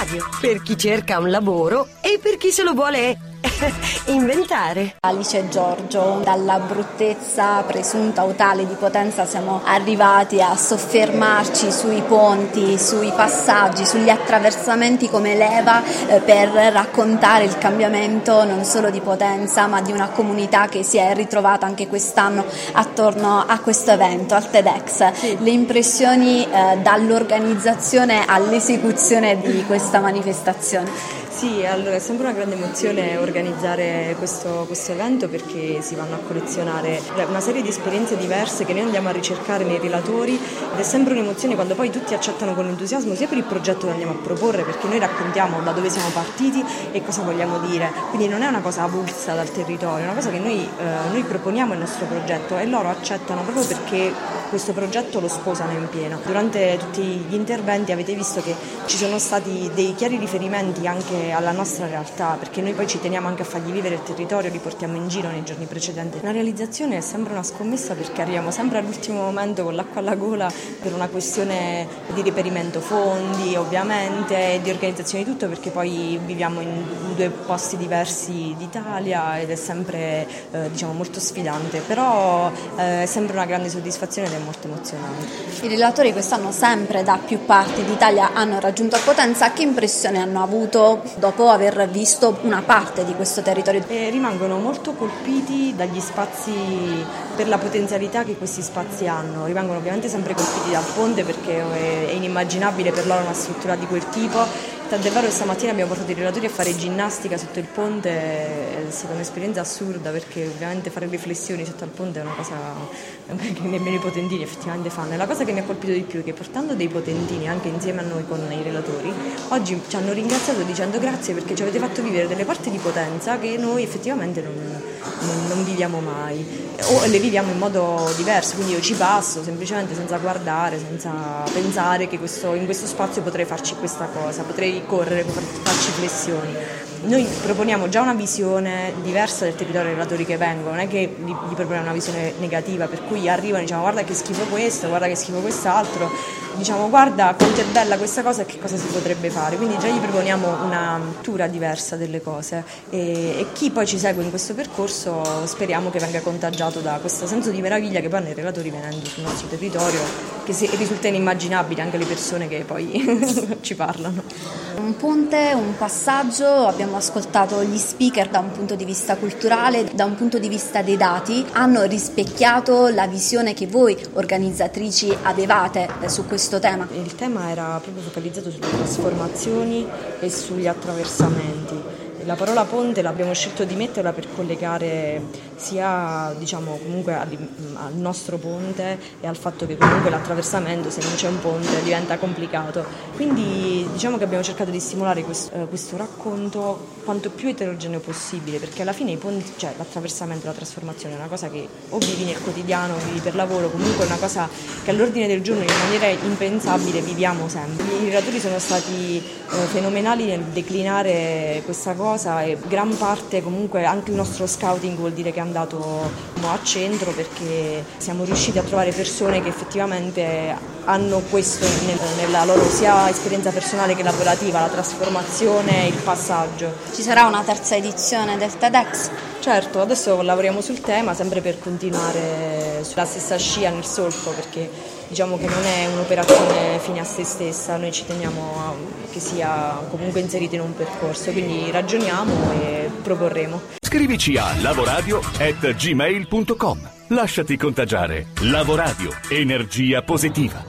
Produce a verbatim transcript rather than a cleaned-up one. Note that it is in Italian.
radio, per chi cerca un lavoro e per chi se lo vuole inventare. Alice e Giorgio, dalla bruttezza presunta o tale di Potenza siamo arrivati a soffermarci sui ponti, sui passaggi, sugli attraversamenti come leva eh, per raccontare il cambiamento non solo di Potenza ma di una comunità che si è ritrovata anche quest'anno attorno a questo evento, al TEDx. Sì. Le impressioni eh, dall'organizzazione all'esecuzione di questa manifestazione? Sì, allora è sempre una grande emozione organizzare questo, questo evento, perché si vanno a collezionare una serie di esperienze diverse che noi andiamo a ricercare nei relatori, ed è sempre un'emozione quando poi tutti accettano con entusiasmo sia per il progetto che andiamo a proporre, perché noi raccontiamo da dove siamo partiti e cosa vogliamo dire, quindi non è una cosa avulsa dal territorio, è una cosa che noi, eh, noi proponiamo il nostro progetto e loro accettano proprio perché questo progetto lo sposano in pieno. Durante tutti gli interventi avete visto che ci sono stati dei chiari riferimenti anche alla nostra realtà, perché noi poi ci teniamo anche a fargli vivere il territorio, li portiamo in giro nei giorni precedenti. La realizzazione è sempre una scommessa, perché arriviamo sempre all'ultimo momento con l'acqua alla gola per una questione di reperimento fondi, ovviamente, di organizzazione di tutto, perché poi viviamo in due posti diversi d'Italia ed è sempre eh, diciamo molto sfidante, però eh, è sempre una grande soddisfazione ed è molto emozionante. I relatori quest'anno sempre da più parti d'Italia hanno raggiunto Potenza. Che impressione hanno avuto dopo aver visto una parte di questo territorio? E rimangono molto colpiti dagli spazi, per la potenzialità che questi spazi hanno. Rimangono ovviamente sempre colpiti dal ponte, perché è inimmaginabile per loro una struttura di quel tipo. Tant'è vero che stamattina abbiamo portato i relatori a fare ginnastica sotto il ponte, è stata un'esperienza assurda, perché ovviamente fare le flessioni sotto al ponte è una cosa che nemmeno i potentini effettivamente fanno. E la cosa che mi ha colpito di più è che, portando dei potentini anche insieme a noi con i relatori, oggi ci hanno ringraziato dicendo grazie perché ci avete fatto vivere delle parti di Potenza che noi effettivamente non, non, non viviamo mai, o le viviamo in modo diverso, quindi io ci passo semplicemente senza guardare, senza pensare che questo, in questo spazio potrei farci questa cosa, potrei correre, farci flessioni. Noi proponiamo già una visione diversa del territorio dei relatori che vengono, non è che gli, gli proponiamo una visione negativa, per cui arrivano e diciamo guarda che schifo questo, guarda che schifo quest'altro, diciamo guarda quanto è bella questa cosa e che cosa si potrebbe fare, quindi già gli proponiamo una lettura diversa delle cose e, e chi poi ci segue in questo percorso speriamo che venga contagiato da questo senso di meraviglia che poi nei relatori venendo sul nostro territorio, che si, risulta inimmaginabile anche le persone che poi ci parlano. Un ponte, un passaggio, abbiamo ascoltato gli speaker da un punto di vista culturale, da un punto di vista dei dati, hanno rispecchiato la visione che voi organizzatrici avevate su questo tema. Il tema era proprio focalizzato sulle trasformazioni e sugli attraversamenti. La parola ponte l'abbiamo scelto di metterla per collegare sia diciamo comunque al, al nostro ponte e al fatto che comunque l'attraversamento, se non c'è un ponte, diventa complicato. Quindi diciamo che abbiamo cercato di stimolare questo, eh, questo racconto quanto più eterogeneo possibile, perché alla fine i ponti, cioè l'attraversamento, la trasformazione è una cosa che o vivi nel quotidiano, o vivi per lavoro, comunque è una cosa che all'ordine del giorno in maniera impensabile viviamo sempre. I relatori sono stati eh, fenomenali nel declinare questa cosa e gran parte comunque anche il nostro scouting vuol dire che è andato a centro, perché siamo riusciti a trovare persone che effettivamente hanno questo nel, nella loro sia esperienza personale che lavorativa, la trasformazione, il passaggio. Ci sarà una terza edizione del TEDx? Certo, adesso lavoriamo sul tema sempre per continuare sulla stessa scia, nel solco, perché diciamo che non è un'operazione fine a se stessa, noi ci teniamo a, che sia comunque inserito in un percorso, quindi ragioniamo e proporremo. Scrivici a lavoradio at gmail punto com. Lasciati contagiare. Lavoradio, energia positiva.